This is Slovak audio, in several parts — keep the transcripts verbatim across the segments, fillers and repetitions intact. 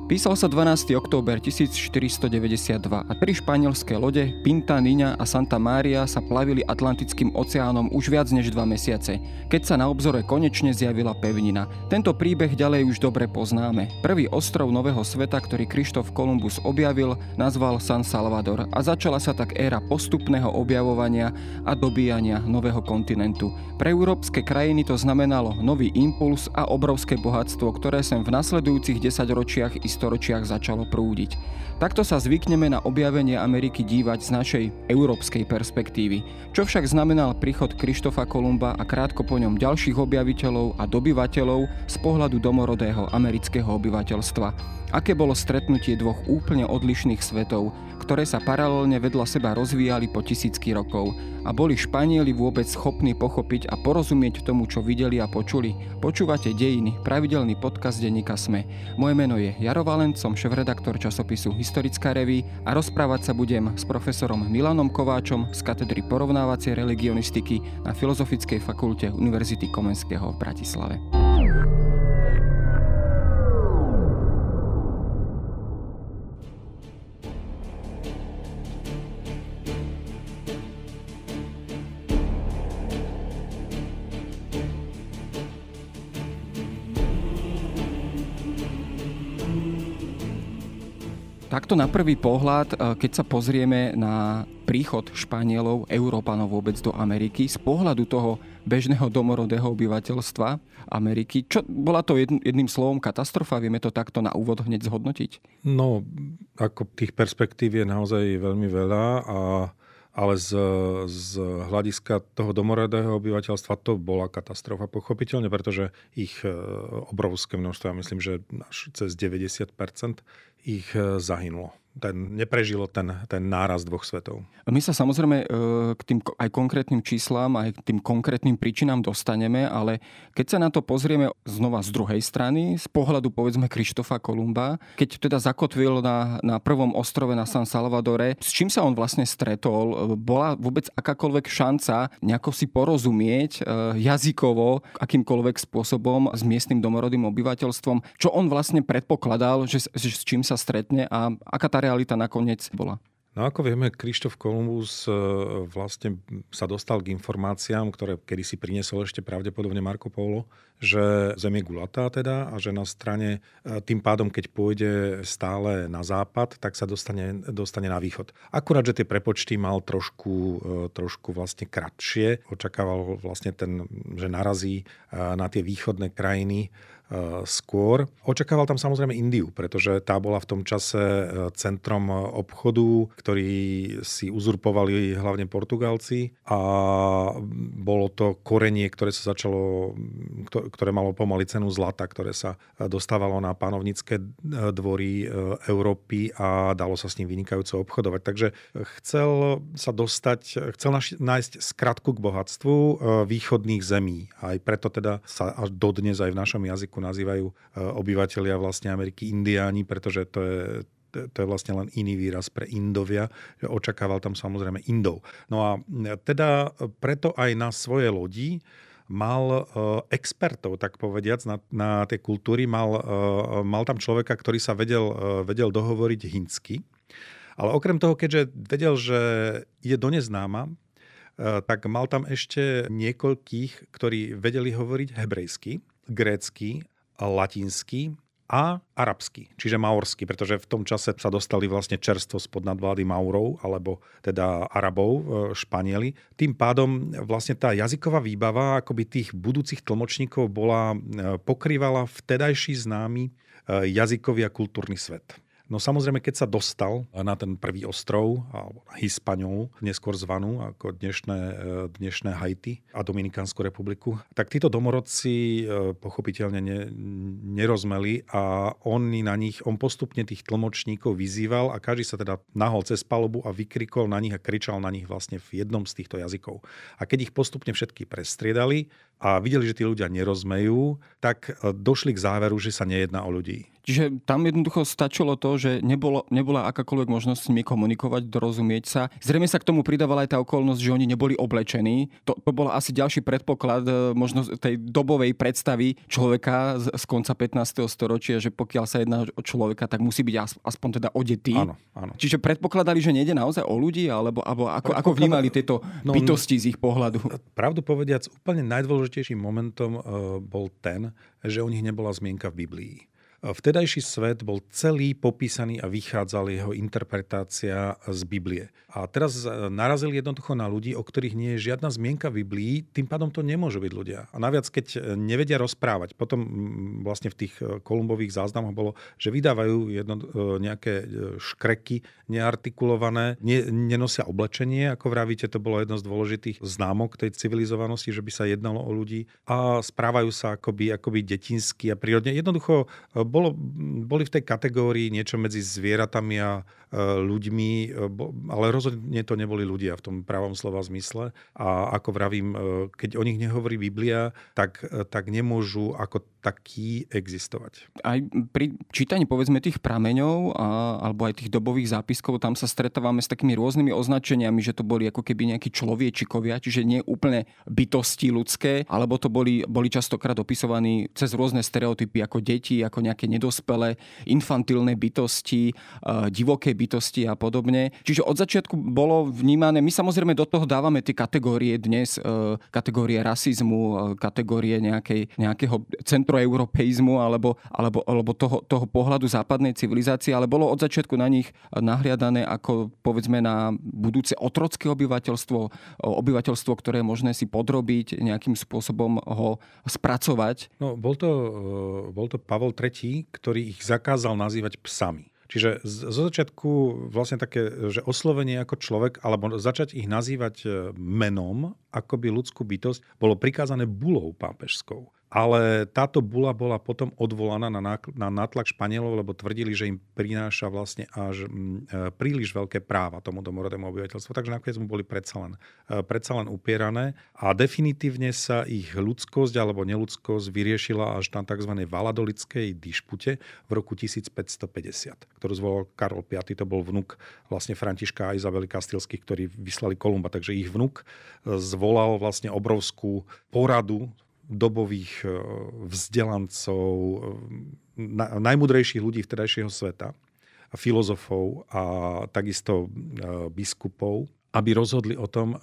Písal sa dvanásteho október tisícštyristodeväťdesiatdva a tri španielské lode Pinta, Niña a Santa Mária sa plavili Atlantickým oceánom už viac než dva mesiace, keď sa na obzore konečne zjavila pevnina. Tento príbeh ďalej už dobre poznáme. Prvý ostrov Nového sveta, ktorý Krištof Kolumbus objavil, nazval San Salvador a začala sa tak éra postupného objavovania a dobíjania nového kontinentu. Pre európske krajiny to znamenalo nový impuls a obrovské bohatstvo, ktoré sem v nasledujúcich desaťročiach i storočiach začalo prúdiť. Takto sa zvykneme na objavenie Ameriky dívať z našej európskej perspektívy. Čo však znamenal príchod Krištofa Kolumba a krátko po ňom ďalších objaviteľov a dobyvateľov z pohľadu domorodého amerického obyvateľstva? Aké bolo stretnutie dvoch úplne odlišných svetov, ktoré sa paralelne vedľa seba rozvíjali po tisícky rokov? A boli Španieli vôbec schopní pochopiť a porozumieť tomu, čo videli a počuli? Počúvate Dejiny, pravidelný podcast denníka SME. Moje meno je Jaro Valent, som šéfredaktor časopisu Historická reví a rozprávať sa budem s profesorom Milanom Kováčom z katedry porovnávacej religionistiky na Filozofickej fakulte Univerzity Komenského v Bratislave. Takto na prvý pohľad, keď sa pozrieme na príchod Španielov, Európanov vôbec do Ameriky, z pohľadu toho bežného domorodého obyvateľstva Ameriky, čo bola to jedným slovom katastrofa? Vieme to takto na úvod hneď zhodnotiť? No, ako tých perspektív je naozaj veľmi veľa, a, ale z, z hľadiska toho domorodého obyvateľstva to bola katastrofa, pochopiteľne, pretože ich obrovské množstvo, ja myslím, že až cez deväťdesiat percent ich zahynulo. Ten, neprežilo ten, ten náraz dvoch svetov. My sa samozrejme k tým aj konkrétnym číslám, aj k tým konkrétnym príčinám dostaneme, ale keď sa na to pozrieme znova z druhej strany, z pohľadu povedzme Krištofa Kolumba, keď teda zakotvil na, na prvom ostrove na San Salvadore, s čím sa on vlastne stretol? Bola vôbec akákoľvek šanca nejako si porozumieť jazykovo, akýmkoľvek spôsobom s miestnym domorodým obyvateľstvom? Čo on vlastne predpokladal, že, že s čím sa stretne a aká tá realita nakoniec bola? No ako vieme, Krištof Kolumbus vlastne sa dostal k informáciám, ktoré kedysi priniesol ešte pravdepodobne Marco Polo, že Zem je gulatá teda a že na strane, tým pádom, keď pôjde stále na západ, tak sa dostane, dostane na východ. Akurát, že tie prepočty mal trošku, trošku vlastne kratšie. Očakával vlastne ten, že narazí na tie východné krajiny skôr. Očakával tam samozrejme Indiu, pretože tá bola v tom čase centrom obchodu, ktorý si uzurpovali hlavne Portugálci, a bolo to korenie, ktoré sa začalo, ktoré malo pomaly cenu zlata, ktoré sa dostávalo na panovnícke dvory Európy a dalo sa s ním vynikajúco obchodovať. Takže chcel sa dostať, chcel nájsť skratku k bohatstvu východných zemí. Aj preto teda sa až dodnes aj v našom jazyku nazývajú obyvatelia vlastne Ameriky Indiáni, pretože to je, to je vlastne len iný výraz pre Indovia. Očakával tam samozrejme Indov. No a teda preto aj na svoje lodi mal expertov, tak povediac, na, na tie kultúry. Mal, mal tam človeka, ktorý sa vedel, vedel dohovoriť hindsky. Ale okrem toho, keďže vedel, že ide do neznáma, tak mal tam ešte niekoľkých, ktorí vedeli hovoriť hebrejsky, grécky, latinsky a arabsky, čiže maorsky, pretože v tom čase sa dostali vlastne čerstvo spod nadvlády Maurov, alebo teda Arabov, Španieli. Tým pádom vlastne tá jazyková výbava akoby tých budúcich tlmočníkov bola, pokrývala vtedajší známy jazykový a kultúrny svet. No samozrejme, keď sa dostal na ten prvý ostrov, alebo na Hispaniola, neskôr zvanú ako dnešné, dnešné Haiti a Dominikánsku republiku, tak títo domorodci pochopiteľne ne, nerozmeli a on na nich, on postupne tých tlmočníkov vyzýval a každý sa teda nahol cez palubu a vykrikol na nich a kričal na nich vlastne v jednom z týchto jazykov. A keď ich postupne všetky prestriedali a videli, že tí ľudia nerozmejú, tak došli k záveru, že sa nejedná o ľudí. Čiže tam jednoducho stačilo to, že nebolo, nebola akákoľvek možnosť s nimi komunikovať, dorozumieť sa. Zrejme sa k tomu pridávala aj tá okolnosť, že oni neboli oblečení. To, to bol asi ďalší predpoklad možno tej dobovej predstavy človeka z, z konca pätnásteho storočia, že pokiaľ sa jedná o človeka, tak musí byť aspoň teda odetý. Áno, áno. Čiže predpokladali, že nejde naozaj o ľudí, alebo, alebo ako, ako vnímali tieto no, bytosti z ich pohľadu? Pravdu povediac, úplne najdôležitejším momentom uh, bol ten, že o nich nebola zmienka v Biblii. Vtedajší svet bol celý popísaný a vychádzal jeho interpretácia z Biblie. A teraz narazili jednoducho na ľudí, o ktorých nie je žiadna zmienka v Biblii, tým pádom to nemôžu byť ľudia. A naviac, keď nevedia rozprávať, potom vlastne v tých Kolumbových záznamoch bolo, že vydávajú jedno, nejaké škreky neartikulované, ne, nenosia oblečenie, ako vravíte, to bolo jedno z dôležitých známok tej civilizovanosti, že by sa jednalo o ľudí a správajú sa akoby, akoby detinsky a prírodne. Jednoducho Bolo, boli v tej kategórii niečo medzi zvieratami a e, ľuďmi, e, bo, ale rozhodne to neboli ľudia v tom pravom slova zmysle. A ako vravím, e, keď o nich nehovorí Biblia, tak, e, tak nemôžu ako takí existovať. Aj pri čítaní povedzme tých prameňov a, alebo aj tých dobových zápiskov, tam sa stretávame s takými rôznymi označeniami, že to boli ako keby nejakí človiečikovia, čiže nie úplne bytosti ľudské, alebo to boli, boli častokrát opisovaní cez rôzne stereotypy ako deti, ako nejaké nedospelé, infantilné bytosti, divoké bytosti a podobne. Čiže od začiatku bolo vnímané, my samozrejme do toho dávame tie kategórie dnes, kategórie rasizmu, kategórie nejakej, nejakého centroeuropeizmu alebo, alebo, alebo toho, toho pohľadu západnej civilizácie, ale bolo od začiatku na nich nahliadané ako povedzme na budúce otrocké obyvateľstvo, obyvateľstvo, ktoré je možné si podrobiť, nejakým spôsobom ho spracovať. No, bol to, bol to Pavol tretí, ktorý ich zakázal nazývať psami. Čiže zo začiatku vlastne také, že oslovenie ako človek, alebo začať ich nazývať menom, akoby ľudskú bytosť, bolo prikázané bulou pápežskou. Ale táto bula bola potom odvolaná na nátlak Španielov, lebo tvrdili, že im prináša vlastne až príliš veľké práva tomu domorodému obyvateľstvu. Takže nakoniec mu boli predsa len, predsa len upierané. A definitívne sa ich ľudskosť alebo neľudskosť vyriešila až na tzv. Valadolickej dišpute v roku tisícpäťstopäťdesiat, ktorú zvolal Karol piaty. To bol vnuk vlastne Františka a Izabely Kastilských, ktorí vyslali Kolumba. Takže ich vnuk zvolal vlastne obrovskú poradu dobových vzdelancov, najmudrejších ľudí vtedajšieho sveta, filozofov a takisto biskupov, aby rozhodli o tom,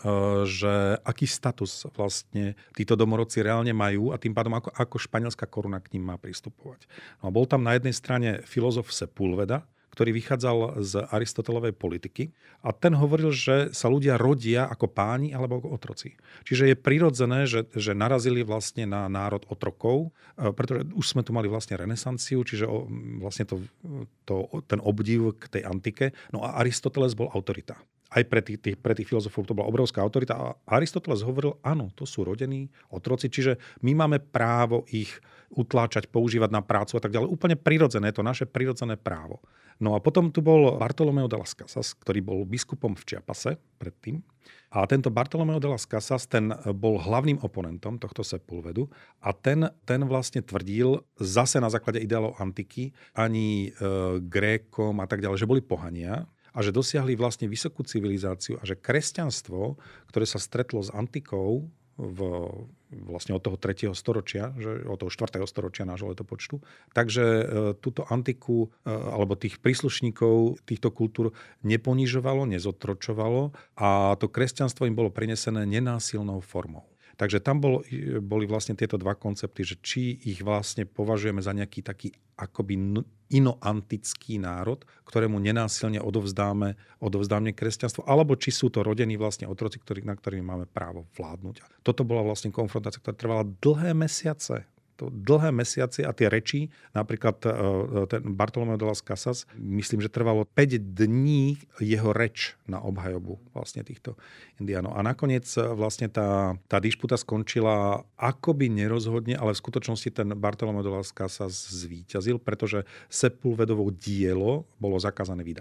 že aký status vlastne títo domorodci reálne majú a tým pádom ako, ako španielská koruna k ním má pristupovať. No, bol tam na jednej strane filozof Sepúlveda, ktorý vychádzal z Aristotelovej politiky a ten hovoril, že sa ľudia rodia ako páni alebo ako otroci. Čiže je prirodzené, že, že narazili vlastne na národ otrokov, pretože už sme tu mali vlastne renesanciu, čiže vlastne to, to, ten obdiv k tej antike. No a Aristoteles bol autorita. Aj pre tých, tých, pre tých filozofov to bola obrovská autorita. A Aristoteles hovoril, áno, to sú rodení otroci, čiže my máme právo ich utláčať, používať na prácu a tak ďalej. Úplne prirodzené, je to naše prirodzené právo. No a potom tu bol Bartolomeo de las Casas, ktorý bol biskupom v Chiapase predtým. A tento Bartolomeo de las Casas, ten bol hlavným oponentom tohto Sepúlvedu a ten, ten vlastne tvrdil zase na základe ideálov antiky, ani e, Grékom a tak ďalej, že boli pohania, a že dosiahli vlastne vysokú civilizáciu a že kresťanstvo, ktoré sa stretlo s antikou v, vlastne od toho tretieho storočia, že od toho štvrtého storočia nášho letopočtu, takže e, túto antiku e, alebo tých príslušníkov týchto kultúr neponižovalo, nezotročovalo a to kresťanstvo im bolo prinesené nenásilnou formou. Takže tam bol, boli vlastne tieto dva koncepty, že či ich vlastne považujeme za nejaký taký akoby inoantický národ, ktorému nenásilne odovzdáme, odovzdáme kresťanstvo, alebo či sú to rodení vlastne otroci, ktorý, na ktorými máme právo vládnuť. Toto bola vlastne konfrontácia, ktorá trvala dlhé mesiace. To dlhé mesiace a tie reči, napríklad ten Bartolomeo de las Casas, myslím, že trvalo päť dní jeho reč na obhajobu vlastne týchto indiánov. A nakoniec vlastne tá, tá dišputa skončila akoby nerozhodne, ale v skutočnosti ten Bartolomeo de las Casas zvíťazil, pretože Sepúlvedovo dielo bolo zakázané vydať.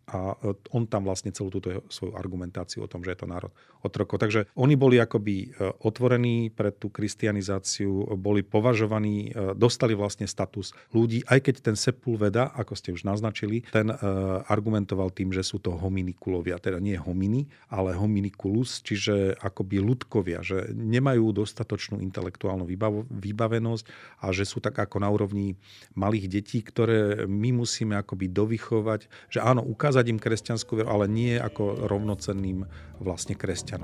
a on tam vlastne celú túto svoju argumentáciu o tom, že je to národ otrokov. Takže oni boli akoby otvorení pre tú kristianizáciu, boli považovaní, dostali vlastne status ľudí, aj keď ten Sepulveda, ako ste už naznačili, ten argumentoval tým, že sú to hominikulovia, teda nie homini, ale hominikulus, čiže akoby ľudkovia, že nemajú dostatočnú intelektuálnu vybavenosť a že sú tak ako na úrovni malých detí, ktoré my musíme akoby dovychovať, že áno, ukázať im kresťanskú vieru, ale nie ako rovnocenným vlastne kresťanom.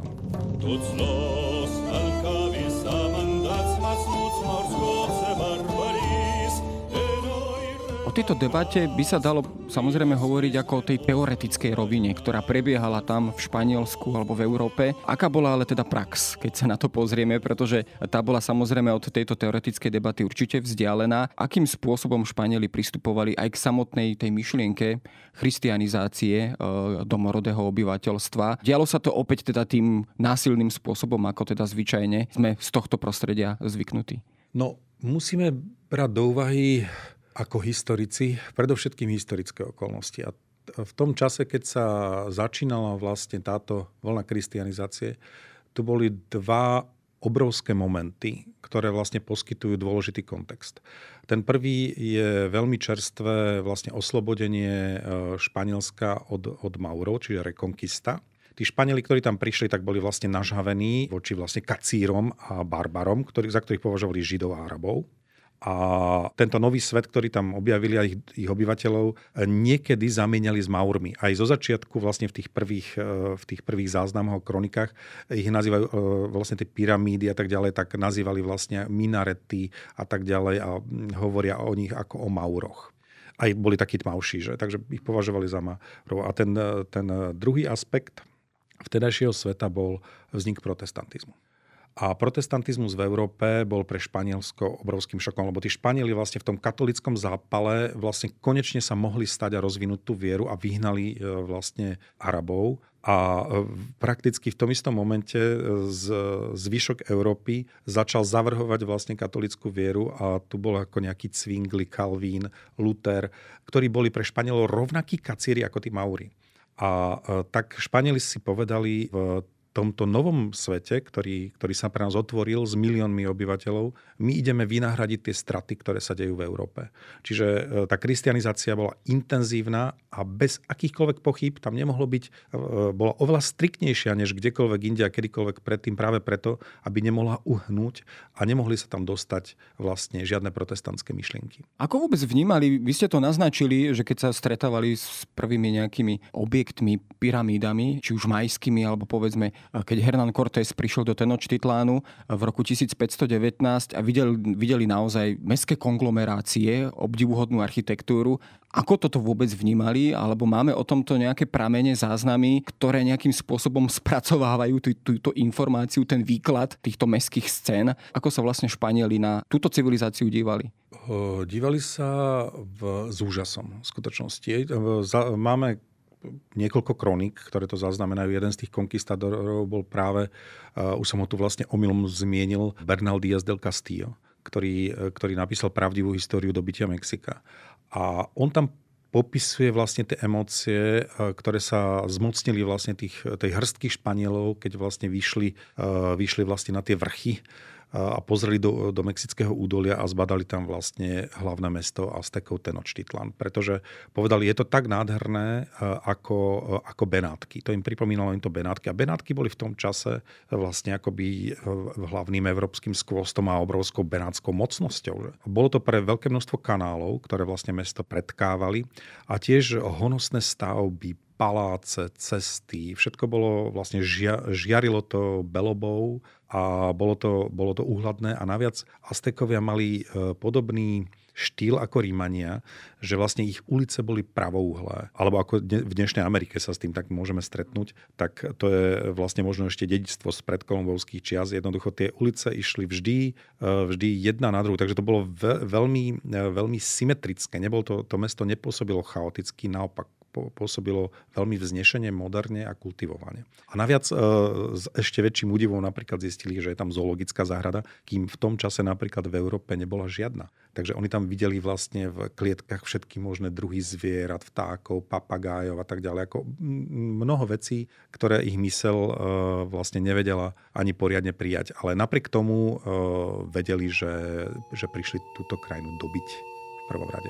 O tejto debate by sa dalo samozrejme hovoriť ako o tej teoretickej rovine, ktorá prebiehala tam v Španielsku alebo v Európe. Aká bola ale teda prax, keď sa na to pozrieme, pretože tá bola samozrejme od tejto teoretickej debaty určite vzdialená. Akým spôsobom Španieli pristupovali aj k samotnej tej myšlienke christianizácie domorodého obyvateľstva? Dialo sa to opäť teda tým násilným spôsobom, ako teda zvyčajne sme z tohto prostredia zvyknutí? No, musíme brať do úvahy ako historici, predovšetkým historické okolnosti. A v tom čase, keď sa začínala vlastne táto vlna kristianizácie, tu boli dva obrovské momenty, ktoré vlastne poskytujú dôležitý kontext. Ten prvý je veľmi čerstvé vlastne oslobodenie Španielska od, od Maurov, čiže rekonkista. Tí Španieli, ktorí tam prišli, tak boli vlastne nažhavení voči vlastne kacírom a barbarom, ktorý, za ktorých považovali Židov a Arabov. A tento nový svet, ktorý tam objavili aj ich, ich obyvateľov, niekedy zamieniali s Maurmi. Aj zo začiatku vlastne v tých prvých, v tých prvých záznamoch o kronikách ich nazývajú vlastne tie pyramídy a tak ďalej, tak nazývali vlastne minarety a tak ďalej a hovoria o nich ako o Mauroch. Aj boli takí tmavší, že? Takže ich považovali za Maurov. A ten, ten druhý aspekt vtedajšieho sveta bol vznik protestantizmu. A protestantizmus v Európe bol pre Španielsko obrovským šokom, lebo tí Španieli vlastne v tom katolickom zápale vlastne konečne sa mohli stať a rozvinúť tú vieru a vyhnali vlastne Arabov. A prakticky v tom istom momente z, zvyšok Európy začal zavrhovať vlastne katolickú vieru a tu bol ako nejaký Zwingli, Calvín, Luther, ktorí boli pre Španielov rovnakí kacíri ako tí Mauri. A tak Španieli si povedali v tomto novom svete, ktorý, ktorý sa pre nás otvoril s miliónmi obyvateľov, my ideme vynahradiť tie straty, ktoré sa dejú v Európe. Čiže tá kristianizácia bola intenzívna a bez akýchkoľvek pochýb tam nemohlo byť, bola oveľa striktnejšia než kdekoľvek inde a kedykoľvek predtým, práve preto, aby nemohla uhnúť a nemohli sa tam dostať vlastne žiadne protestantské myšlienky. Ako vôbec vnímali, vy ste to naznačili, že keď sa stretávali s prvými nejakými objektmi, pyramídami, či už majskými, alebo povedzme keď Hernán Cortés prišiel do Tenochtitlánu v roku tisícpäťsto devätnásť a videl, videli naozaj mestské konglomerácie, obdivuhodnú architektúru. Ako toto vôbec vnímali? Alebo máme o tomto nejaké pramene, záznamy, ktoré nejakým spôsobom spracovávajú tú, túto informáciu, ten výklad týchto mestských scén? Ako sa vlastne Španieli na túto civilizáciu dívali? Dívali sa v, s úžasom v skutočnosti. Máme niekoľko kroník, ktoré to zaznamenajú. Jeden z tých konkistadorov bol práve, uh, už som ho tu vlastne omylom zmienil, Bernal Díaz del Castillo, ktorý, ktorý napísal pravdivú históriu dobytia Mexika. A on tam popisuje vlastne tie emócie, ktoré sa zmocnili vlastne tých, tej hrstky Španielov, keď vlastne vyšli, uh, vyšli vlastne na tie vrchy a pozreli do, do Mexického údolia a zbadali tam vlastne hlavné mesto Aztekov Tenochtitlan. Pretože povedali, je to tak nádherné ako, ako Benátky. To im pripomínalo im to Benátky. A Benátky boli v tom čase vlastne akoby hlavným európskym skvostom a obrovskou benátskou mocnosťou. Bolo to pre veľké množstvo kanálov, ktoré vlastne mesto predkávali a tiež honosné stavby, paláce, cesty, všetko bolo vlastne žia, žiarilo to belobou a bolo to, bolo to úhladné a naviac Aztekovia mali podobný štýl ako Rímania, že vlastne ich ulice boli pravouhlé. Alebo ako v dnešnej Amerike sa s tým tak môžeme stretnúť, tak to je vlastne možno ešte dedičstvo z predkolumbovských čias. Jednoducho tie ulice išli vždy, vždy jedna na druhú. Takže to bolo veľmi, veľmi symetrické. Nebolo to, to mesto nepôsobilo chaoticky, naopak pôsobilo veľmi vznešene, moderne a kultivovane. A naviac e, s ešte väčším údivom napríklad zistili, že je tam zoologická záhrada, kým v tom čase napríklad v Európe nebola žiadna. Takže oni tam videli vlastne v klietkach všetky možné druhy zvierat, vtákov, papagájov a tak ďalej. Ako mnoho vecí, ktoré ich myseľ e, vlastne nevedela ani poriadne prijať. Ale napriek tomu e, vedeli, že, že prišli túto krajinu dobiť v prvom rade.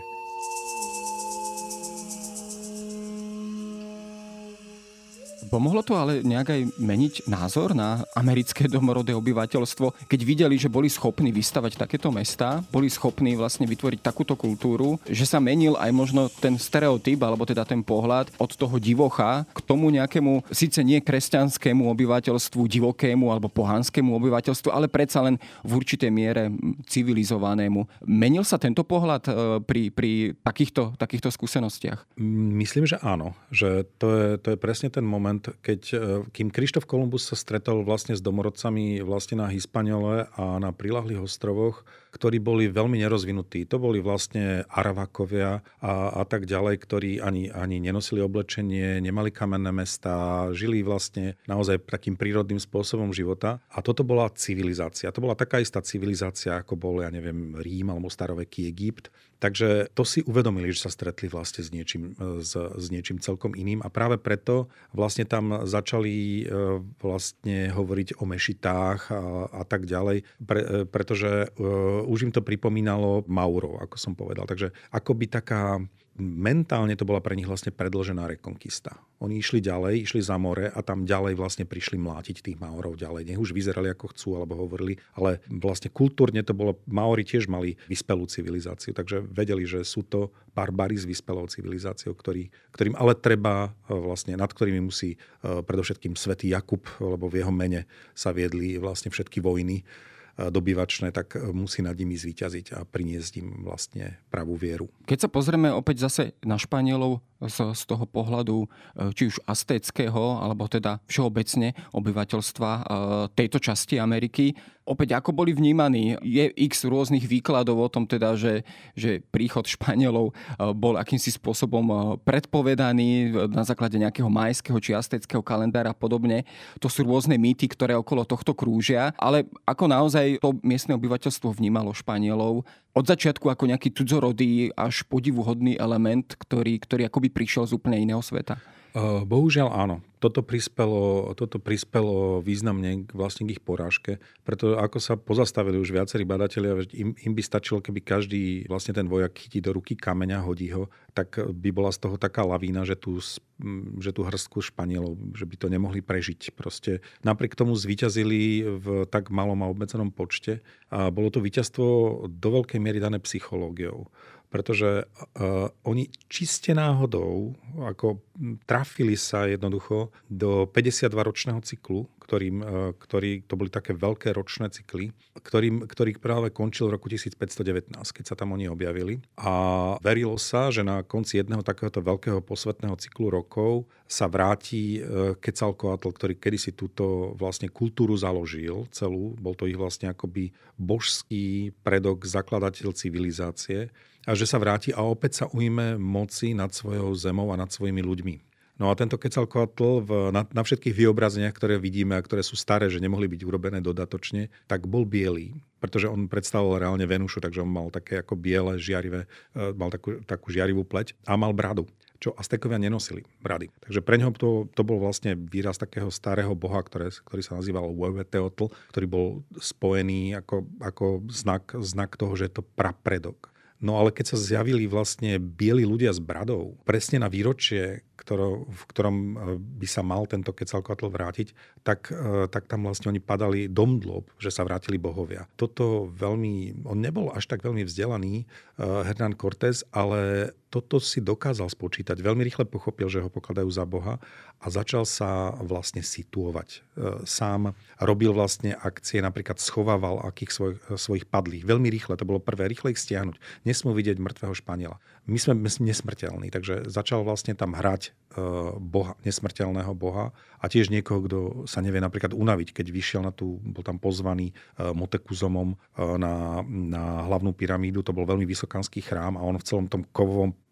Pomohlo to ale nejak aj meniť názor na americké domorodé obyvateľstvo, keď videli, že boli schopní vystavať takéto mestá, boli schopní vlastne vytvoriť takúto kultúru, že sa menil aj možno ten stereotyp, alebo teda ten pohľad od toho divocha k tomu nejakému, síce nie kresťanskému obyvateľstvu, divokému alebo pohanskému obyvateľstvu, ale predsa len v určitej miere civilizovanému. Menil sa tento pohľad pri, pri takýchto, takýchto skúsenostiach? Myslím, že áno. Že to je, to je presne ten moment, keď kým Krištof Kolumbus sa stretol vlastne s domorodcami vlastne na Hispaniole a na priľahlých ostrovoch, ktorí boli veľmi nerozvinutí. To boli vlastne Aravakovia a, a tak ďalej, ktorí ani, ani nenosili oblečenie, nemali kamenné mestá, žili vlastne naozaj takým prírodným spôsobom života. A toto bola civilizácia. To bola taká istá civilizácia, ako bol, ja neviem, Rím alebo staroveký Egypt. Takže to si uvedomili, že sa stretli vlastne s niečím, s, s niečím celkom iným a práve preto vlastne tam začali vlastne hovoriť o mešitách a, a tak ďalej, pre, pretože uh, už im to pripomínalo Maurov, ako som povedal. Takže akoby taká mentálne to bola pre nich vlastne predĺžená rekonkista. Oni išli ďalej, išli za more a tam ďalej vlastne prišli mlátiť tých Maorov ďalej. Nech už vyzerali ako chcú alebo hovorili, ale vlastne kultúrne to bolo, Maori tiež mali vyspelú civilizáciu, takže vedeli, že sú to barbári s vyspelou civilizáciou, ktorý, ktorým ale treba vlastne, nad ktorými musí predovšetkým svätý Jakub, lebo v jeho mene sa viedli vlastne všetky vojny dobyvačné, tak musí nad nimi zvíťaziť a priniesť im vlastne pravú vieru. Keď sa pozrieme opäť zase na Španielov z, z toho pohľadu či už aztéckého, alebo teda všeobecne obyvateľstva tejto časti Ameriky, opäť ako boli vnímaní? Je x rôznych výkladov o tom teda, že, že príchod Španielov bol akýmsi spôsobom predpovedaný na základe nejakého majského či aztéckého kalendára a podobne. To sú rôzne mýty, ktoré okolo tohto krúžia, ale ako naozaj to miestne obyvateľstvo vnímalo Španielov od začiatku ako nejaký cudzorodý až podivuhodný element, ktorý, ktorý akoby prišiel z úplne iného sveta? Bohužiaľ áno. Toto prispelo, toto prispelo významne vlastne k ich porážke, preto ako sa pozastavili už viacerí badatelia, im, im by stačilo, keby každý vlastne ten vojak chytí do ruky kameňa, hodí ho, tak by bola z toho taká lavína, že tú, že tú hrstku Španielov, že by to nemohli prežiť. Proste napriek tomu zvíťazili v tak malom a obmedzenom počte a bolo to víťazstvo do veľkej miery dané psychológiou. Pretože uh, oni čiste náhodou ako trafili sa jednoducho do päťdesiatdvaročného cyklu, ktorým, uh, ktorý, to boli také veľké ročné cykly, ktorým, ktorý práve končil v roku tisícpäťstodevätnásť, keď sa tam oni objavili. A verilo sa, že na konci jedného takéhoto veľkého posvetného cyklu rokov sa vráti uh, Quetzalcoatl, ktorý kedysi túto vlastne kultúru založil celú. Bol to ich vlastne akoby božský predok, zakladateľ civilizácie. A že sa vráti a opäť sa ujme moci nad svojou zemou a nad svojimi ľuďmi. No a tento Quetzalcoatl v, na, na všetkých vyobrazeniach, ktoré vidíme a ktoré sú staré, že nemohli byť urobené dodatočne, tak bol bielý. Pretože on predstavoval reálne Venušu, takže on mal také ako biele, žiarivé, mal takú, takú žiarivú pleť a mal bradu, čo Aztékovia nenosili brady. Takže pre neho to, to bol vlastne výraz takého starého boha, ktoré, ktorý sa nazýval Huehueteotl, ktorý bol spojený ako, ako znak, znak toho, že je to prapredok. No ale keď sa zjavili vlastne bieli ľudia s bradou, presne na výročie, ktoro, v ktorom by sa mal tento Quetzalcoatl vrátiť, tak, tak tam vlastne oni padali domdlob, že sa vrátili bohovia. Toto veľmi, on nebol až tak veľmi vzdelaný, Hernán Cortés, ale toto si dokázal spočítať. Veľmi rýchle pochopil, že ho pokladajú za boha a začal sa vlastne situovať. Sám robil vlastne akcie, napríklad schovával akých svoj, svojich padlých. Veľmi rýchle, to bolo prvé, rýchle ich stiahnuť. Nesmú vidieť mŕtvého Španiela. My sme nesmrteľní, takže začal vlastne tam hrať boha, nesmrteľného boha a tiež niekoho, kto sa nevie napríklad unaviť, keď vyšiel na tú, bol tam pozvaný Motekuzomom na, na hlavnú pyramídu, to bol veľmi vysokánsky chrám a on v celom tom kovovom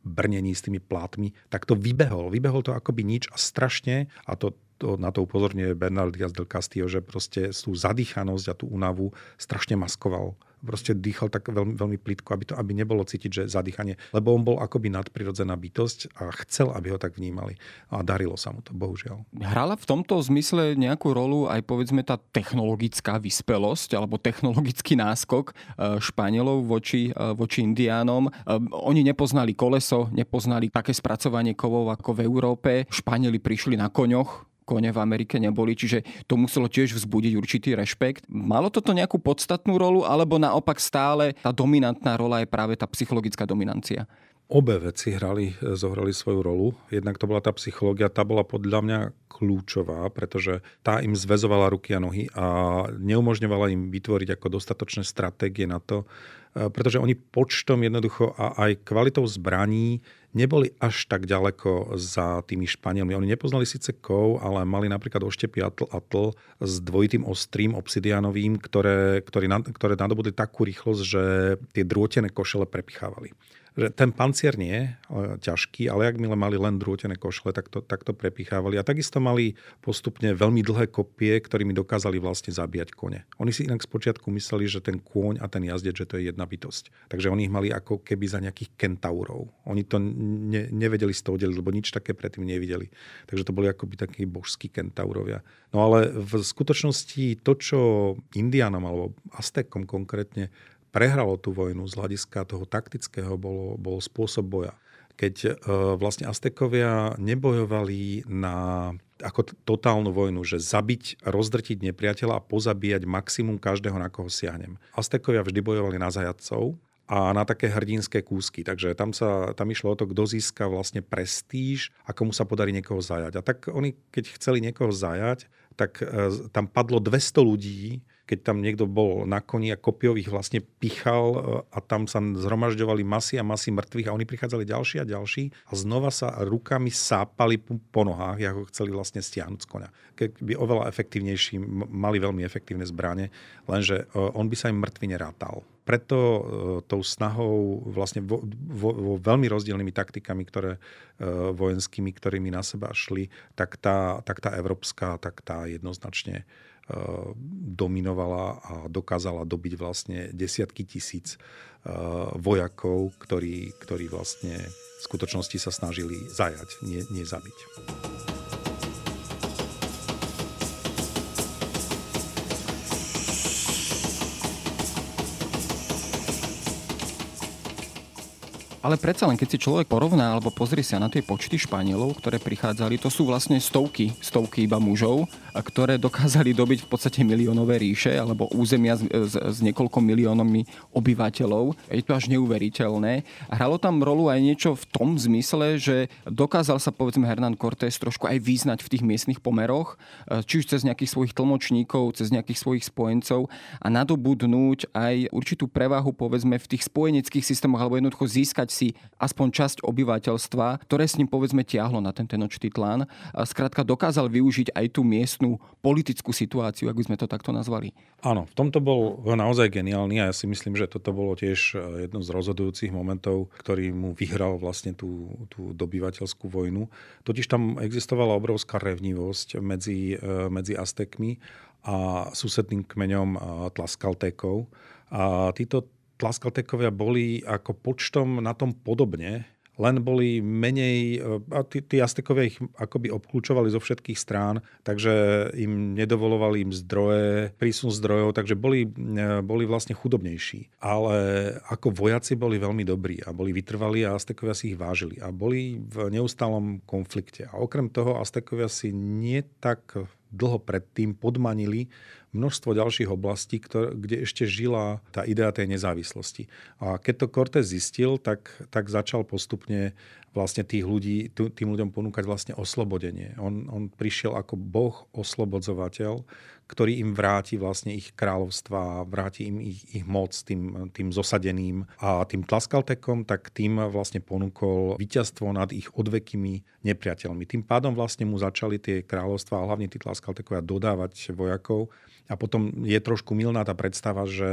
brnení, s tými plátmi, tak to vybehol. Vybehol to akoby nič a strašne, a to, to na to upozorňuje Bernard Diaz del Castillo, že proste tú zadýchanosť a tú únavu strašne maskoval. Proste dýchal tak veľmi, veľmi plitko, aby to aby nebolo cítiť, že zadýchanie. Lebo on bol akoby nadprirodzená bytosť a chcel, aby ho tak vnímali. A darilo sa mu to, bohužiaľ. Hrala v tomto zmysle nejakú rolu aj povedzme tá technologická vyspelosť alebo technologický náskok Španielov voči, voči Indiánom. Oni nepoznali koleso, nepoznali také spracovanie kovov ako v Európe. Španieli prišli na koňoch, kone v Amerike neboli, čiže to muselo tiež vzbudiť určitý rešpekt. Malo toto nejakú podstatnú rolu, alebo naopak stále tá dominantná rola je práve tá psychologická dominancia? Obe veci hrali, zohrali svoju rolu. Jednak to bola tá psychológia, tá bola podľa mňa kľúčová, pretože tá im zväzovala ruky a nohy a neumožňovala im vytvoriť ako dostatočné stratégie na to, pretože oni počtom jednoducho a aj kvalitou zbraní neboli až tak ďaleko za tými Španielmi. Oni nepoznali síce kov, ale mali napríklad oštepy atl, atl s dvojitým ostrým obsidianovým, ktoré, ktoré, ktoré nadobudli takú rýchlosť, že tie drôtené košele prepichávali. Že ten pancier nie je ťažký, ale jakmile mali len drôtené košle, tak to, tak to prepichávali. A takisto mali postupne veľmi dlhé kopie, ktorými dokázali vlastne zabíjať kone. Oni si inak spočiatku mysleli, že ten kôň a ten jazdec, že to je jedna bytosť. Takže oni ich mali ako keby za nejakých kentaurov. Oni to ne, nevedeli z toho deliť, lebo nič také predtým nevideli. Takže to boli akoby takí božskí kentaurovia. No ale v skutočnosti to, čo Indiánom alebo Aztékom konkrétne prehralo tú vojnu z hľadiska toho taktického, bol, bol spôsob boja. Keď e, vlastne Aztékovia nebojovali na ako totálnu vojnu, že zabiť, rozdrtiť nepriateľa a pozabíjať maximum každého, na koho siahnem. Aztékovia vždy bojovali na zajatcov a na také hrdinské kúsky. Takže tam, sa, tam išlo o to, kto získa vlastne prestíž a komu sa podarí niekoho zajať. A tak oni, keď chceli niekoho zajať, tak e, tam padlo dvesto ľudí, keď tam niekto bol na koni a kopiových vlastne pichal a tam sa zhromažďovali masy a masy mŕtvych a oni prichádzali ďalší a ďalší a znova sa rukami sápali po nohách, ako chceli vlastne stiahnuť z koňa. Keby oveľa efektívnejší, mali veľmi efektívne zbrane, lenže on by sa im mŕtvy nerátal. Preto tou snahou vlastne vo, vo, vo veľmi rozdielnymi taktikami, ktoré vojenskými, ktorými na seba šli, tak tá, tak tá európska, tak tá jednoznačne dominovala a dokázala dobiť vlastne desiatky tisíc vojakov, ktorí, ktorí vlastne v skutočnosti sa snažili zajať, nie, nie zabiť. Ale predsa len, keď si človek porovná alebo pozrie sa na tie počty Španielov, ktoré prichádzali, to sú vlastne stovky, stovky iba mužov, ktoré dokázali dobiť v podstate miliónové ríše alebo územia s, s, s niekoľko miliónmi obyvateľov. Je to až neuveriteľné. Hralo tam rolu aj niečo v tom zmysle, že dokázal sa povedzme Hernán Cortés trošku aj vyznať v tých miestnych pomeroch, či už cez nejakých svojich tlmočníkov, cez nejakých svojich spojencov a nadobudnúť aj určitú prevahu povedzme v tých spojeneckých systémoch alebo jednoducho získať si aspoň časť obyvateľstva, ktoré s ním povedzme tiahlo na ten Tenochtitlan. Skrátka dokázal využiť aj tú miestnu politickú situáciu, ak by sme to takto nazvali. Áno, v tomto bol naozaj geniálny a ja si myslím, že toto bolo tiež jedno z rozhodujúcich momentov, ktorý mu vyhral vlastne tú, tú dobyvateľskú vojnu. Totiž tam existovala obrovská revnivosť medzi, medzi Aztekmi a susedným kmeňom Tlaxcaltékov. A títo Tlaxcaltékovia boli ako počtom na tom podobne, len boli menej, a tí, tí Aztekovia ich akoby obklúčovali zo všetkých strán, takže im nedovolovali im zdroje, prísun zdrojov, takže boli, boli vlastne chudobnejší. Ale ako vojaci boli veľmi dobrí a boli vytrvalí a Aztekovia si ich vážili a boli v neustálom konflikte. A okrem toho Aztekovia si nie tak dlho predtým podmanili množstvo ďalších oblastí, ktoré, kde ešte žila tá idea tej nezávislosti. A keď to Cortés zistil, tak, tak začal postupne vlastne tých ľudí, tým ľuďom ponúkať vlastne oslobodenie. On, on prišiel ako boh oslobodzovateľ, ktorý im vráti vlastne ich kráľovstva, vráti im ich, ich moc tým, tým zosadeným. A tým Tlaxcaltékom tak tým vlastne ponúkol víťazstvo nad ich odvekými nepriateľmi. Tým pádom vlastne mu začali tie kráľovstvá, a hlavne tí Tlaxcaltékovia dodávať vojakov. A potom je trošku mylná tá predstava, že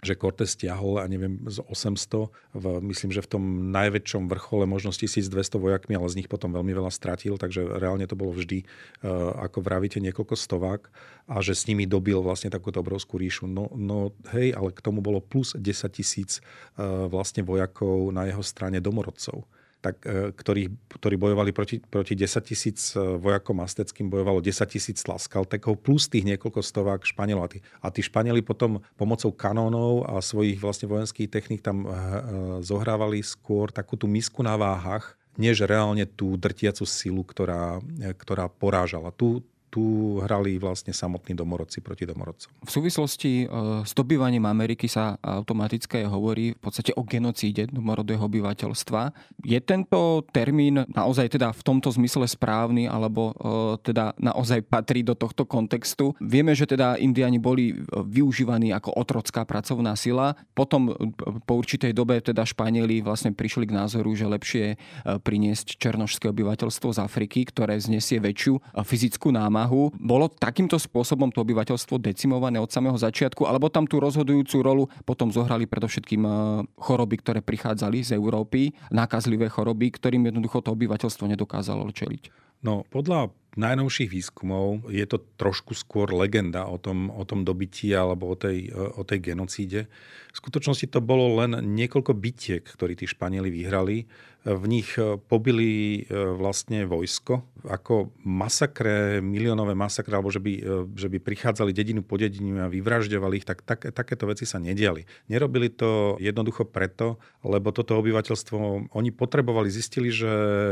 že Cortés stiahol, a neviem, z osemsto, v, myslím, že v tom najväčšom vrchole možno s tisícdvesto vojakmi, ale z nich potom veľmi veľa stratil, takže reálne to bolo vždy, ako vravíte, niekoľko stovák a že s nimi dobil vlastne takúto obrovskú ríšu. No, no hej, ale k tomu bolo plus desaťtisíc vlastne vojakov na jeho strane domorodcov, tak, ktorí, ktorí bojovali proti, proti desaťtisíc vojakom azteckým, bojovalo desaťtisíc tlaskaltekov plus tých niekoľko stovák Španielov. A tí, a tí Španieli potom pomocou kanónov a svojich vlastne vojenských techník tam zohrávali skôr takú tú misku na váhach, než reálne tú drtiacu silu, ktorá, ktorá porážala. Tu Tu hrali vlastne samotní domorodci proti domorodcom. V súvislosti s dobývaním Ameriky sa automaticky hovorí v podstate o genocíde domorodého obyvateľstva. Je tento termín naozaj teda v tomto zmysle správny, alebo teda naozaj patrí do tohto kontextu? Vieme, že teda Indiáni boli využívaní ako otrocká pracovná sila. Potom po určitej dobe teda Španieli vlastne prišli k názoru, že lepšie priniesť černošské obyvateľstvo z Afriky, ktoré znesie väčšiu fyzickú námahu. Bolo takýmto spôsobom to obyvateľstvo decimované od samého začiatku, alebo tam tú rozhodujúcu rolu potom zohrali predovšetkým choroby, ktoré prichádzali z Európy, nákazlivé choroby, ktorým jednoducho to obyvateľstvo nedokázalo čeliť? No, podľa najnovších výskumov je to trošku skôr legenda o tom, o tom dobytí alebo o tej, o tej genocíde. V skutočnosti to bolo len niekoľko bitiek, ktorí tí Španieli vyhrali. V nich pobili vlastne vojsko ako masakre, miliónové masakre, alebo že by, že by prichádzali dedinu po dedinu a vyvražďovali ich, tak, tak takéto veci sa nediali. Nerobili to jednoducho preto, lebo toto obyvateľstvo, oni potrebovali, zistili, že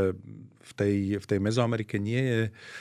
v tej, v tej Mezoamerike nie je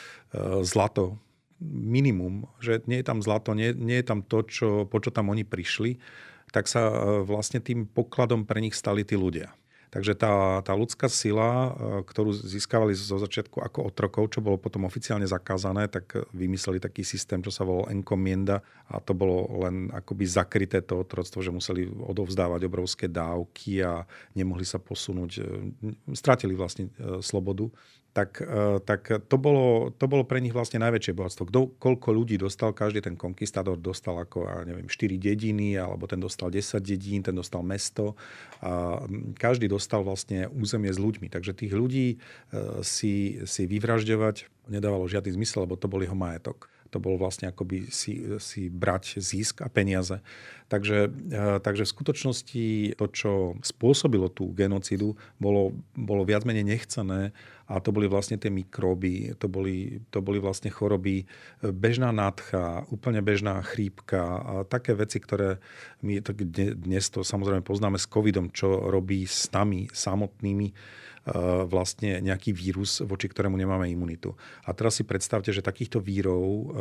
zlato minimum, že nie je tam zlato, nie, nie je tam to, čo, po čo tam oni prišli, tak sa vlastne tým pokladom pre nich stali tí ľudia. Takže tá, tá ľudská sila, ktorú získavali zo začiatku ako otrokov, čo bolo potom oficiálne zakázané, tak vymysleli taký systém, čo sa volal encomienda, a to bolo len akoby zakryté to otroctvo, že museli odovzdávať obrovské dávky a nemohli sa posunúť, strátili vlastne slobodu. Tak, tak to, bolo, to bolo pre nich vlastne najväčšie bohatstvo. Kto, koľko ľudí dostal, každý ten konkistádor dostal ako, ja neviem, štyri dediny, alebo ten dostal desať dedín, ten dostal mesto. A každý dostal vlastne územie s ľuďmi. Takže tých ľudí si, si vyvražďovať nedávalo žiadny zmysel, lebo to bol jeho majetok. To bolo vlastne akoby si, si brať zisk a peniaze. Takže, takže v skutočnosti to, čo spôsobilo tú genocídu, bolo, bolo viac menej nechcené, a to boli vlastne tie mikróby, to boli, to boli vlastne choroby, bežná nádcha, úplne bežná chrípka a také veci, ktoré my dnes to samozrejme poznáme s covidom, čo robí s nami samotnými vlastne nejaký vírus, voči ktorému nemáme imunitu. A teraz si predstavte, že takýchto vírov,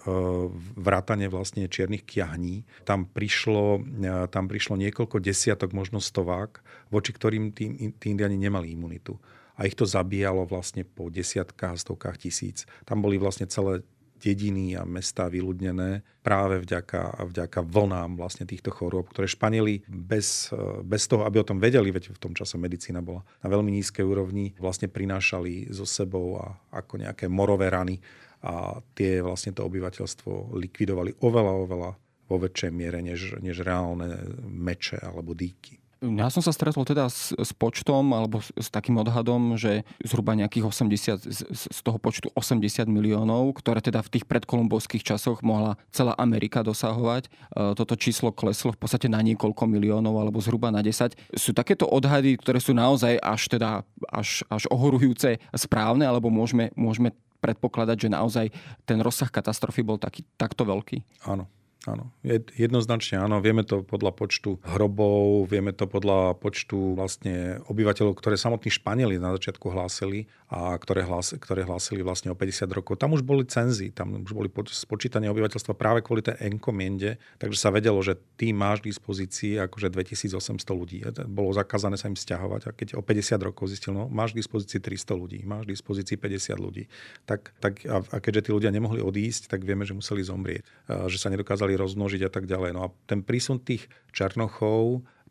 vrátane vlastne čiernych kiahní, tam prišlo, tam prišlo niekoľko desiatok, možno stovák, voči ktorým tí, tí Indiáni nemali imunitu. A ich to zabíjalo vlastne po desiatkách, stovkách tisíc. Tam boli vlastne celé dediny a mestá vyľudnené práve vďaka, vďaka vlnám vlastne týchto chorôb, ktoré Španieli bez, bez toho, aby o tom vedeli, veď v tom čase medicína bola na veľmi nízkej úrovni, vlastne prinášali so sebou a ako nejaké morové rany, a tie vlastne to obyvateľstvo likvidovali oveľa, oveľa vo väčšej miere než, než reálne meče alebo dýky. Ja som sa stretol teda s, s počtom alebo s, s takým odhadom, že zhruba nejakých osemdesiat, z, z toho počtu osemdesiat miliónov, ktoré teda v tých predkolumbovských časoch mohla celá Amerika dosahovať. Toto číslo kleslo v podstate na niekoľko miliónov alebo zhruba na desať. Sú takéto odhady, ktoré sú naozaj až teda až, až ohorujúce správne, alebo môžeme, môžeme predpokladať, že naozaj ten rozsah katastrofy bol taký, takto veľký? Áno. Áno, jednoznačne áno. Vieme to podľa počtu hrobov, vieme to podľa počtu vlastne obyvateľov, ktoré samotní Španieli na začiatku hlásili a ktoré, hlás, ktoré hlásili vlastne o päťdesiat rokov. Tam už boli cenzy, tam už boli spočítanie obyvateľstva práve kvôli tej enkomiende, takže sa vedelo, že ty máš k dispozícii akože dvetisícosemsto ľudí. Bolo zakázané sa im sťahovať, a keď o päťdesiat rokov zistil, no máš k dispozícii tristo ľudí, máš k dispozícii päťdesiat ľudí. Tak, tak, a keďže tí ľudia nemohli odísť, tak vieme, že museli zomrieť, že sa nedokázali rozmnožiť a tak ďalej. No a ten prísun tých Černochov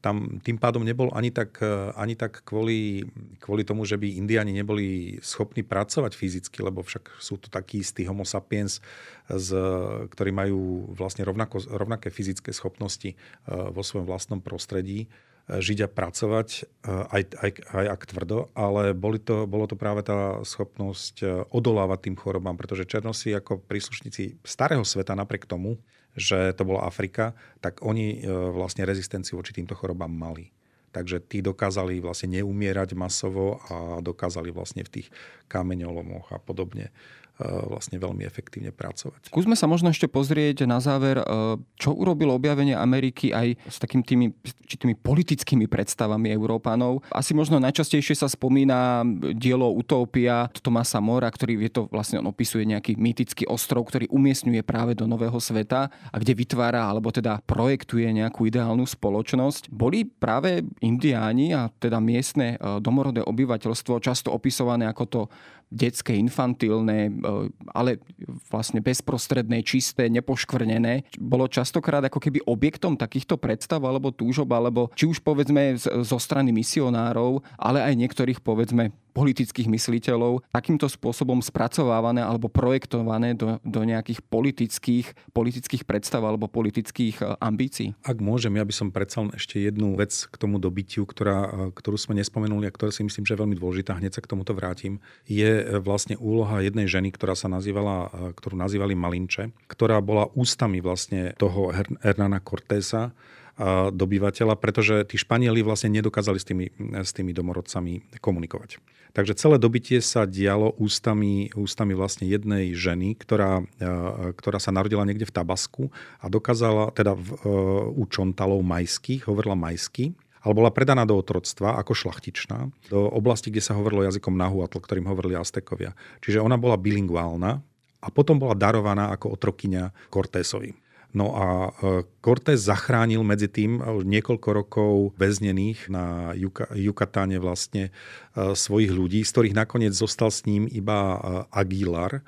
tam tým pádom nebol ani tak, ani tak kvôli, kvôli tomu, že by Indiáni neboli schopní pracovať fyzicky, lebo však sú to takí istí homo sapiens, z, ktorí majú vlastne rovnako, rovnaké fyzické schopnosti vo svojom vlastnom prostredí žiť a pracovať, aj, aj, aj ak tvrdo, ale boli to, bolo to práve tá schopnosť odolávať tým chorobám, pretože Černosi ako príslušníci starého sveta, napriek tomu, že to bola Afrika, tak oni vlastne rezistenciu voči týmto chorobám mali. Takže tí dokázali vlastne neumierať masovo a dokázali vlastne v tých kameňolomoch a podobne vlastne veľmi efektívne pracovať. Skúsme sa možno ešte pozrieť na záver, čo urobilo objavenie Ameriky aj s takými tými, či tými politickými predstavami Európanov. Asi možno najčastejšie sa spomína dielo Utópia Thomasa Morea, ktorý je to vlastne, on opisuje nejaký mýtický ostrov, ktorý umiestňuje práve do nového sveta a kde vytvára, alebo teda projektuje nejakú ideálnu spoločnosť. Boli práve Indiáni a teda miestne domorodé obyvateľstvo často opisované ako to detské, infantilné, ale vlastne bezprostredné, čisté, nepoškvrnené. Bolo častokrát ako keby objektom takýchto predstav alebo túžob, alebo či už povedzme zo strany misionárov, ale aj niektorých povedzme politických mysliteľov takýmto spôsobom spracovávané alebo projektované do, do nejakých politických, politických predstav alebo politických ambícií. Ak môžem, ja by som predsa len ešte jednu vec k tomu dobytiu, ktorá, ktorú sme nespomenuli a ktorá si myslím, že je veľmi dôležitá, hneď sa k tomuto vrátim, je vlastne úloha jednej ženy, ktorá sa nazývala, ktorú nazývali Malinche, ktorá bola ústami vlastne toho Hernana Cortésa, dobyvateľa, pretože tí Španieli vlastne nedokázali s tými, s tými domorodcami komunikovať. Takže celé dobytie sa dialo ústami, ústami vlastne jednej ženy, ktorá, ktorá sa narodila niekde v Tabasku a dokázala, teda v, u Čontalov majských, hovorila majsky, ale bola predaná do otroctva ako šlachtičná do oblasti, kde sa hovorilo jazykom nahuatl, ktorým hovorili Aztekovia. Čiže ona bola bilingválna a potom bola darovaná ako otrokyňa Cortésovi. No a Cortés zachránil medzi tým niekoľko rokov väznených na Yucatáne vlastne svojich ľudí, z ktorých nakoniec zostal s ním iba Aguilar,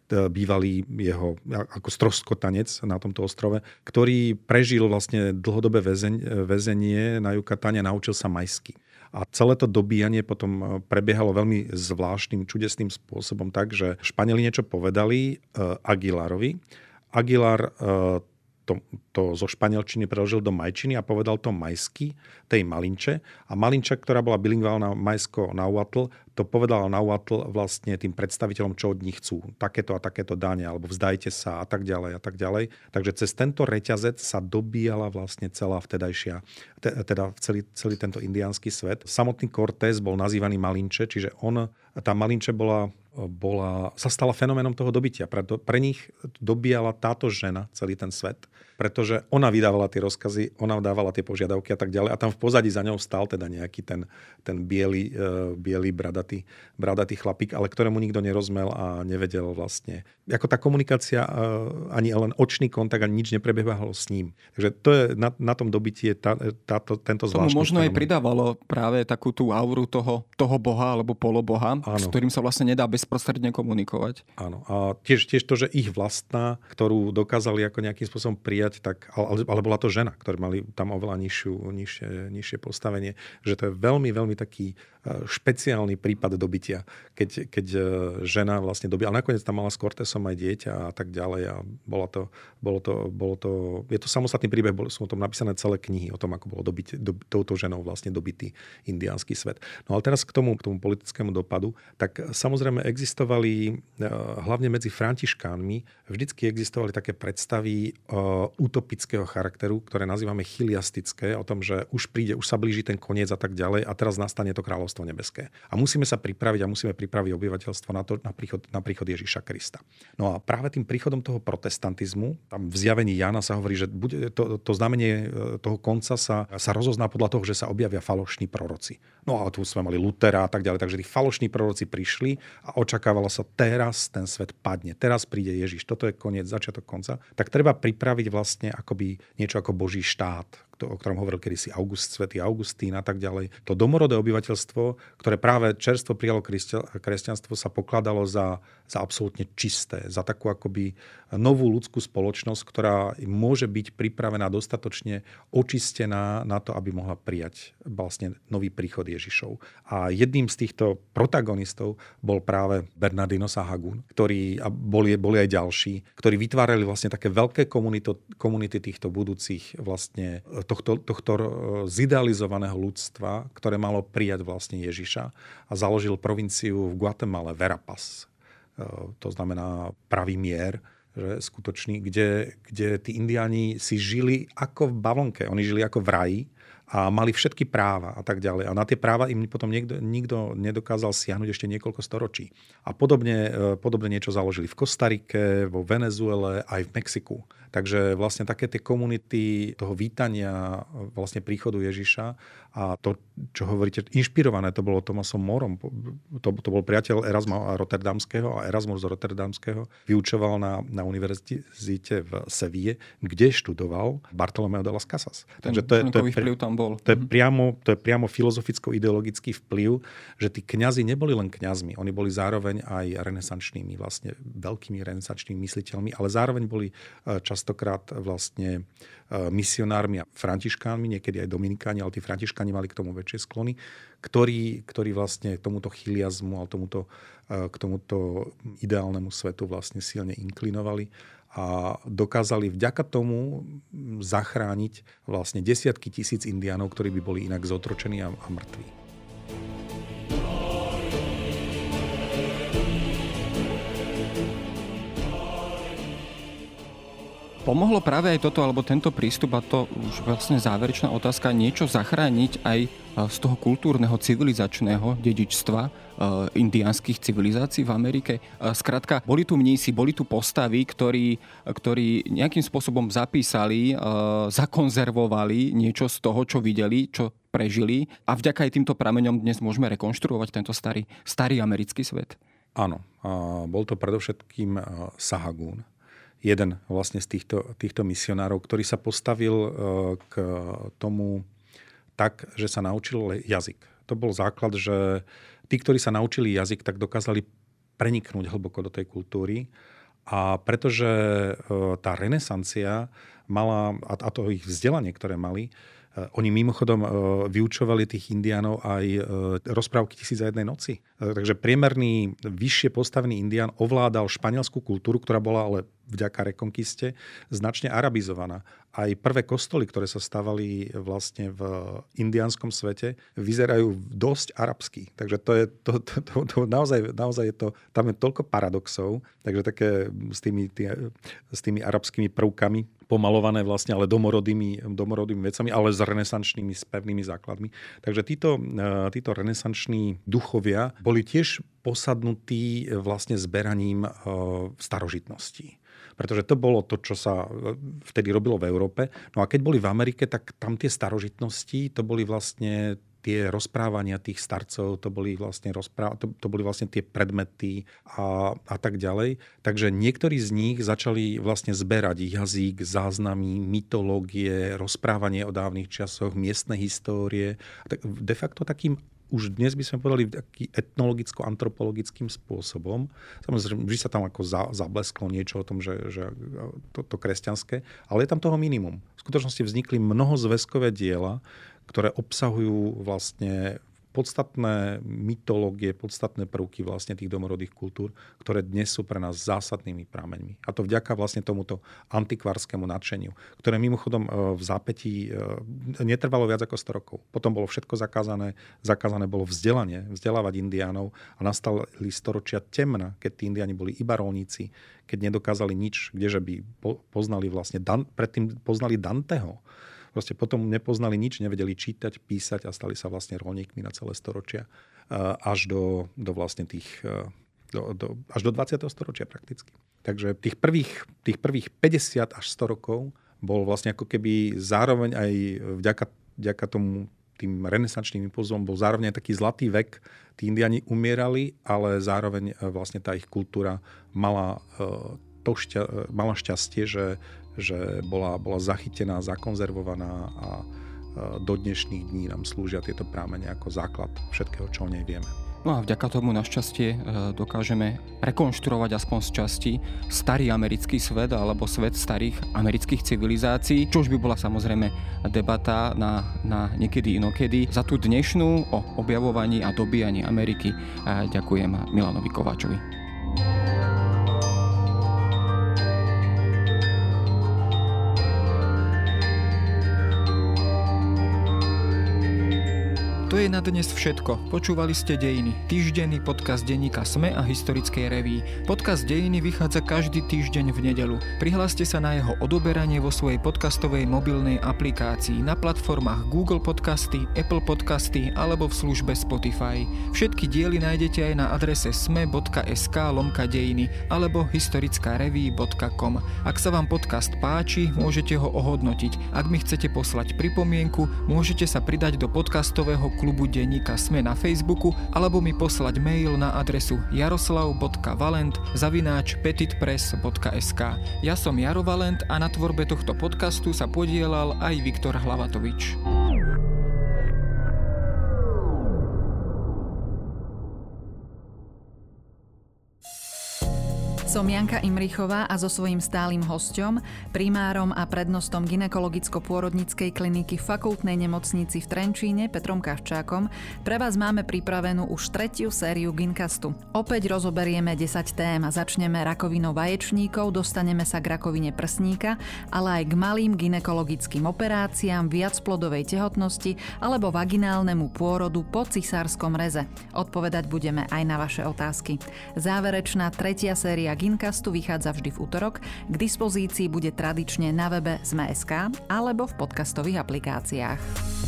bývalý jeho ako stroskotanec na tomto ostrove, ktorý prežil vlastne dlhodobé väzenie na Yucatáne a naučil sa majsky. A celé to dobíjanie potom prebiehalo veľmi zvláštnym, čudesným spôsobom tak, že Španieli niečo povedali Aguilarovi. Aguilar To, to zo španielčiny preložil do majčiny a povedal to majsky, tej Malinche. A Malinche, ktorá bola bilingválna majsko-nahuatl, to povedala nahuatl vlastne tým predstaviteľom, čo od nich chcú. Takéto a takéto dáne, alebo vzdajte sa a tak ďalej a tak ďalej. Takže cez tento reťazec sa dobíjala vlastne celá vtedajšia, teda celý, celý tento indiánsky svet. Samotný Cortés bol nazývaný Malinche, čiže on, tá Malinche bola bola, sa stala fenoménom toho dobytia. Preto pre nich dobíjala táto žena celý ten svet, pretože ona vydávala tie rozkazy, ona dávala tie požiadavky a tak ďalej. A tam v pozadí za ňou stál teda nejaký ten, ten biely, uh, biely bradatý, bradatý chlapík, ale ktorému nikto nerozumel a nevedel vlastne. Ako tá komunikácia, uh, ani len očný kontakt, ani nič neprebiehalo s ním. Takže to je na, na tom dobytí tá, táto, tento zvláštny tomu možno fenomén. Aj pridávalo práve takú tú auru toho, toho boha alebo poloboha, áno, s ktorým sa vlastne nedá bezprostredne komunikovať. Áno. A tiež, tiež to, že ich vlastná, ktorú dokázali ako nejakým spôsobom prijať, tak, ale, ale bola to žena, ktorá mali tam oveľa nižšiu, nižšie, nižšie postavenie. Že to je veľmi, veľmi taký špeciálny prípad dobytia, keď, keď žena vlastne dobí. Ale nakoniec tam mala s Cortésom aj dieťa a tak ďalej. A bolo to, bolo to, bolo to, je to samostatný príbeh, sú o tom napísané celé knihy, o tom, ako bolo dobyť, do, touto ženou vlastne dobitý indiánsky svet. No ale teraz k tomu, k tomu politickému dopadu, tak samozrejme existovali, hlavne medzi františkánmi, vždycky existovali také predstavy uh, utopického charakteru, ktoré nazývame chiliastické, o tom, že už príde, už sa blíži ten koniec a tak ďalej a teraz nastane to kráľovstvo nebeské. A musíme sa pripraviť a musíme pripraviť obyvateľstvo na to, na príchod, na príchod Ježiša Krista. No a práve tým príchodom toho protestantizmu, tam v zjavení Jána sa hovorí, že bude to, to znamenie toho konca sa, sa rozozná podľa toho, že sa objavia falošní proroci. No a tu sme mali Lutera a tak ďalej, takže tí falošní proroci prišli a očakávalo sa, teraz ten svet padne, teraz príde Ježiš, toto je koniec, začiatok konca. Tak treba pripraviť vlastne akoby niečo ako Boží štát, o ktorom hovoril kedysi August, svätý Augustín a tak ďalej. To domorodé obyvateľstvo, ktoré práve čerstvo prijalo kresťanstvo, sa pokladalo za, za absolútne čisté, za takú akoby novú ľudskú spoločnosť, ktorá môže byť pripravená dostatočne očistená na to, aby mohla prijať vlastne nový príchod Ježišov. A jedným z týchto protagonistov bol práve Bernardino Sahagún, ktorý, a boli, boli aj ďalší, ktorí vytvárali vlastne také veľké komunito, komunity týchto budúcich vlastne tohto, tohto zidealizovaného ľudstva, ktoré malo prijať vlastne Ježiša, a založil provinciu v Guatemale, Verapaz. To znamená pravý mier, že skutočný, kde, kde tí indiáni si žili ako v bavlnke. Oni žili ako v raji a mali všetky práva a tak ďalej. A na tie práva im potom niekto, nikto nedokázal siahnuť ešte niekoľko storočí. A podobne, podobne niečo založili v Kostarike, vo Venezuele, aj v Mexiku. Takže vlastne také tie komunity toho vítania vlastne príchodu Ježiša a to, čo hovoríte, inšpirované, to bolo Thomasom Morom. To, to bol priateľ Erasma Rotterdamského a Erasmus z Rotterdamského vyučoval na, na univerzite v Seville, kde študoval Bartolomeo de las Casas. Ten Takže to je, to je, vplyv tam bol. To je, priamo, to je priamo filozoficko-ideologický vplyv, že tí kňazi neboli len kňazmi, oni boli zároveň aj renesančnými, vlastne veľkými renesančnými mysliteľmi, ale zároveň boli často Častokrát vlastne misionármi a františkánmi, niekedy aj dominikáni, ale tí františkáni mali k tomu väčšie sklony, ktorí, ktorí vlastne tomuto chiliazmu a tomuto, k tomuto ideálnemu svetu vlastne silne inklinovali a dokázali vďaka tomu zachrániť vlastne desiatky tisíc indiánov, ktorí by boli inak zotročení a, a mŕtvi. Pomohlo práve aj toto, alebo tento prístup, a to už vlastne záverečná otázka, niečo zachrániť aj z toho kultúrneho, civilizačného dedičstva indiánskych civilizácií v Amerike? Skrátka, boli tu mnísi, boli tu postavy, ktorí, ktorí nejakým spôsobom zapísali, zakonzervovali niečo z toho, čo videli, čo prežili, a vďaka aj týmto prameňom dnes môžeme rekonštruovať tento starý, starý americký svet. Áno, bol to predovšetkým Sahagún. Jeden vlastne z týchto, týchto misionárov, ktorý sa postavil k tomu tak, že sa naučil jazyk. To bol základ, že tí, ktorí sa naučili jazyk, tak dokázali preniknúť hlboko do tej kultúry. A pretože tá renesancia mala, a to ich vzdelanie, ktoré mali, oni mimochodom vyučovali tých indiánov aj rozprávky Tisíc a jednej noci. Takže priemerný, vyššie postavený indián ovládal španielskú kultúru, ktorá bola ale vďaka rekonkiste značne arabizovaná. Aj prvé kostoly, ktoré sa stavali vlastne v indiánskom svete, vyzerajú dosť arabsky. Takže to je to, to, to, to naozaj, naozaj je to, tam je toľko paradoxov, takže také s tými, tý, s tými arabskými prvkami pomalované vlastne, ale domorodými, domorodými vecami, ale s renesančnými, s pevnými základmi. Takže títo, títo renesanční duchovia boli tiež posadnutí vlastne zberaním starožitností. Pretože to bolo to, čo sa vtedy robilo v Európe. No a keď boli v Amerike, tak tam tie starožitnosti, to boli vlastne tie rozprávania tých starcov, to boli vlastne, rozpráv- to, to boli vlastne tie predmety a, a tak ďalej. Takže niektorí z nich začali vlastne zberať jazyk, záznamy, mytológie, rozprávanie o dávnych časoch, miestne histórie. De facto takým už dnes by sme povedali taký etnologicko-antropologickým spôsobom. Samozrejme, že sa tam ako za, zablesklo niečo o tom, že, že to, to kresťanské, ale je tam toho minimum. V skutočnosti vznikli mnohozväzkové diela, ktoré obsahujú vlastne podstatné mytológie, podstatné prvky vlastne tých domorodých kultúr, ktoré dnes sú pre nás zásadnými prameňmi. A to vďaka vlastne tomuto antikvárskému nadšeniu, ktoré mimochodom v zápätí netrvalo viac ako sto rokov. Potom bolo všetko zakázané, zakázané bolo vzdelanie, vzdelávať indiánov a nastali storočia temna, keď tí indiáni boli iba rolníci, keď nedokázali nič, kdeže by poznali vlastne, predtým poznali Danteho. Proste potom nepoznali nič, nevedeli čítať, písať a stali sa vlastne roľníkmi na celé storočia. Až do, do vlastne tých, do, do, až do dvadsiateho storočia prakticky. Takže tých prvých, tých prvých päťdesiat až sto rokov bol vlastne ako keby zároveň aj vďaka, vďaka tomu tým renesančným impulzom bol zároveň aj taký zlatý vek. Tí indiáni umierali, ale zároveň vlastne tá ich kultúra mala to šťa, mala šťastie, že, že bola, bola zachytená, zakonzervovaná a do dnešných dní nám slúžia tieto prámene ako základ všetkého, čo o nej vieme. No a vďaka tomu našťastie dokážeme rekonštruovať aspoň z časti starý americký svet alebo svet starých amerických civilizácií, čo už by bola samozrejme debata na, na niekedy inokedy. Za tú dnešnú o objavovaní a dobíjaní Ameriky ďakujem Milanovi Kováčovi. To je na dnes všetko. Počúvali ste Dejiny, týždenný podcast denníka SME a historickej reví. Podcast Dejiny vychádza každý týždeň v nedeľu. Prihláste sa na jeho odoberanie vo svojej podcastovej mobilnej aplikácii na platformách Google Podcasty, Apple Podcasty alebo v službe Spotify. Všetky diely nájdete aj na adrese sme.sk lomka dejiny alebo historickareví bodka com. Ak sa vám podcast páči, môžete ho ohodnotiť. Ak mi chcete poslať pripomienku, môžete sa pridať do podcastového klubu denníka SME na Facebooku alebo mi poslať mail na adresu jaroslav bodka valent zavináč petitpress bodka es ká. Ja som Jaro Valent a na tvorbe tohto podcastu sa podielal aj Viktor Hlavatovič. Som Janka Imrichová a so svojím stálym hosťom, primárom a prednostom gynekologicko-pôrodníckej kliniky v Fakultnej nemocnici v Trenčíne Petrom Kavčákom pre vás máme pripravenú už tretiu sériu Gyncastu. Opäť rozoberieme desať tém a začneme rakovinou vaječníkov, dostaneme sa k rakovine prsníka, ale aj k malým gynekologickým operáciám, viacplodovej tehotnosti alebo vaginálnemu pôrodu po cisárskom reze. Odpovedať budeme aj na vaše otázky. Záverečná tretia séria Gyncastu vychádza vždy v utorok. K dispozícii bude tradične na webe sme bodka es ká alebo v podcastových aplikáciách.